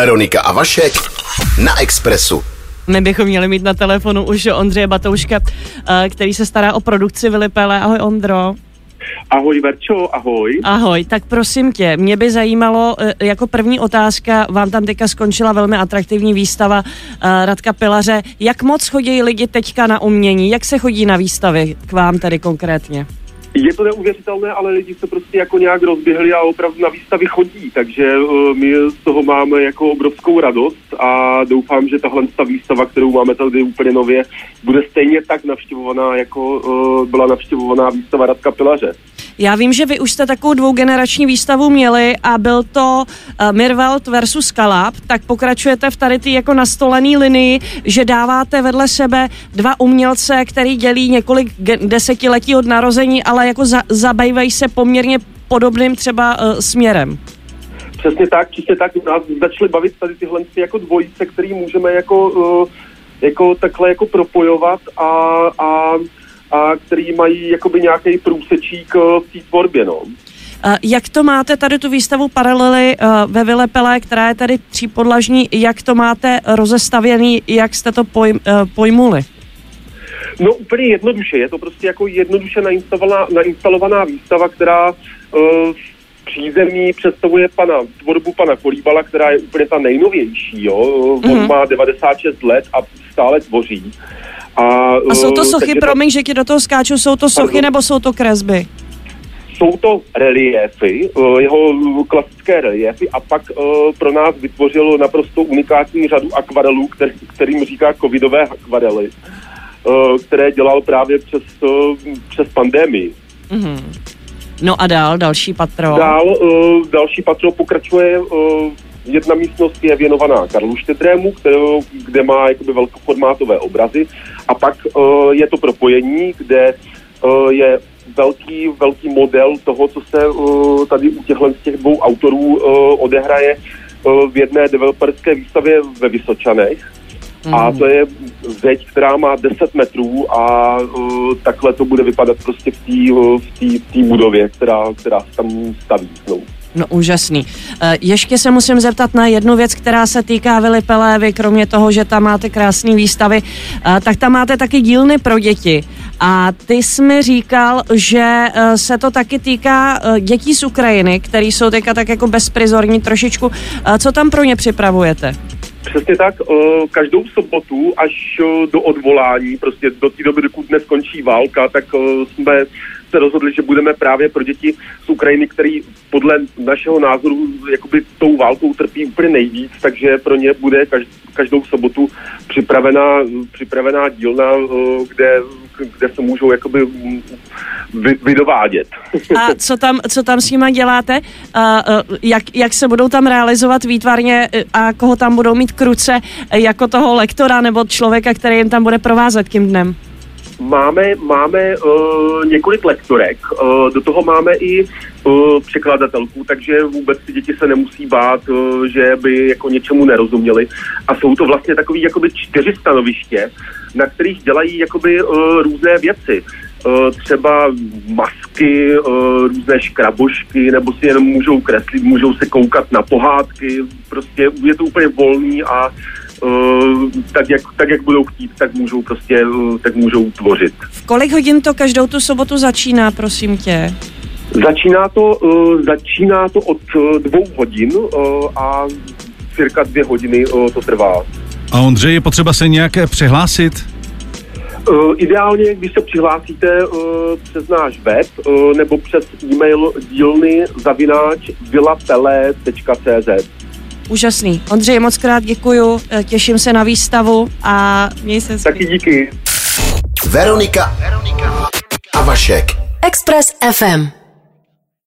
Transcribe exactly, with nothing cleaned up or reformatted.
Veronika a Vašek na Expressu. My bychom měli mít na telefonu už Ondřeje Batouška, který se stará o produkci Vylipele. Ahoj, Ondro. Ahoj, Verčo, ahoj. Ahoj, tak prosím tě, mě by zajímalo, jako první otázka, vám tam teďka skončila velmi atraktivní výstava Radka Pilaře. Jak moc chodí lidi teďka na umění? Jak se chodí na výstavy k vám tady konkrétně? Je to neuvěřitelné, ale lidi se prostě jako nějak rozběhli a opravdu na výstavy chodí, takže uh, my z toho máme jako obrovskou radost a doufám, že tahle ta výstava, kterou máme tady úplně nově, bude stejně tak navštěvovaná, jako uh, byla navštěvovaná výstava Radka Pilaře. Já vím, že vy už jste takovou dvougenerační výstavu měli a byl to uh, Mirwald versus Kalab, tak pokračujete v tady ty jako nastolený linii, že dáváte vedle sebe dva umělce, který dělí několik ge- desetiletí od narození, ale jako za- zabývají se poměrně podobným třeba uh, směrem. Přesně tak, přesně tak, nás začaly bavit tady tyhle jako dvojice, který můžeme jako, uh, jako takhle jako propojovat a, a a který mají jakoby nějaký průsečík v té tvorbě, no. Jak to máte tady tu výstavu Paralely ve Vylipele, která je tady třípodlažní, jak to máte rozestavěný, jak jste to pojm, pojmuli? No úplně jednoduše, je to prostě jako jednoduše nainstalovaná, nainstalovaná výstava, která uh, v přízemí představuje pana, tvorbu pana Kolíbala, která je úplně ta nejnovější, jo. Mm-hmm. On má devadesát šest let a stále tvoří. A, a jsou to sochy, promiň, že ti do toho skáču, jsou to sochy nebo jsou to kresby? Jsou to reliéfy, jeho klasické reliéfy a pak pro nás vytvořil naprosto unikátní řadu akvarelů, který, kterým říká covidové akvarely, které dělal právě přes, přes pandemii. Mm-hmm. No a dál, další patro? Dál, další patro pokračuje. Jedna místnost je věnovaná Karlu Štědrému, kterou, kde má jakoby velkoformátové obrazy a pak uh, je to propojení, kde uh, je velký, velký model toho, co se uh, tady u těchto těch dvou autorů uh, odehraje uh, v jedné developerské výstavě ve Vysočanech. Mm. A to je zeď, která má deset metrů a uh, takhle to bude vypadat prostě v té uh, v té budově, která, která se tam staví. No. No úžasný. Ještě se musím zeptat na jednu věc, která se týká Vylipele. Vy kromě toho, že tam máte krásné výstavy, tak tam máte taky dílny pro děti. A ty jsi mi říkal, že se to taky týká dětí z Ukrajiny, který jsou teďka tak jako bezprizorní trošičku. Co tam pro ně připravujete? Přesně tak, každou sobotu až do odvolání, prostě do té doby, dokud neskončí válka, tak jsme se rozhodli, že budeme právě pro děti z Ukrajiny, který podle našeho názoru jakoby tou válkou trpí úplně nejvíc, takže pro ně bude každou sobotu připravená, připravená dílna, kde, kde se můžou jakoby vy, vydovádět. A co tam, co tam s nima děláte? A, jak, jak se budou tam realizovat výtvarně a koho tam budou mít k ruce jako toho lektora nebo člověka, který jim tam bude provázet tím dnem? Máme, máme uh, několik lektorek, uh, do toho máme i uh, překladatelku, takže vůbec ty děti se nemusí bát, uh, že by jako něčemu nerozuměli. A jsou to vlastně takový jakoby čtyři stanoviště, na kterých dělají jakoby uh, různé věci. Uh, třeba masky, uh, různé škrabošky, nebo si jenom můžou kreslit, můžou se koukat na pohádky, prostě je to úplně volný a Uh, tak, jak, tak jak budou chtít, tak můžou prostě, uh, tak můžou tvořit. V kolik hodin to každou tu sobotu začíná, prosím tě? Začíná to, uh, začíná to od uh, dvou hodin uh, a cirka dvě hodiny uh, to trvá. A Ondřej, je potřeba se nějak přihlásit? Uh, ideálně, když se přihlásíte uh, přes náš web uh, nebo přes e-mail dílny zavináč vylapele tečka cé zet. Úžasný. Ondřej, moc krát děkuju, těším se na výstavu a měj se zpět. Taky díky. Veronika a Vašek. Express ef em.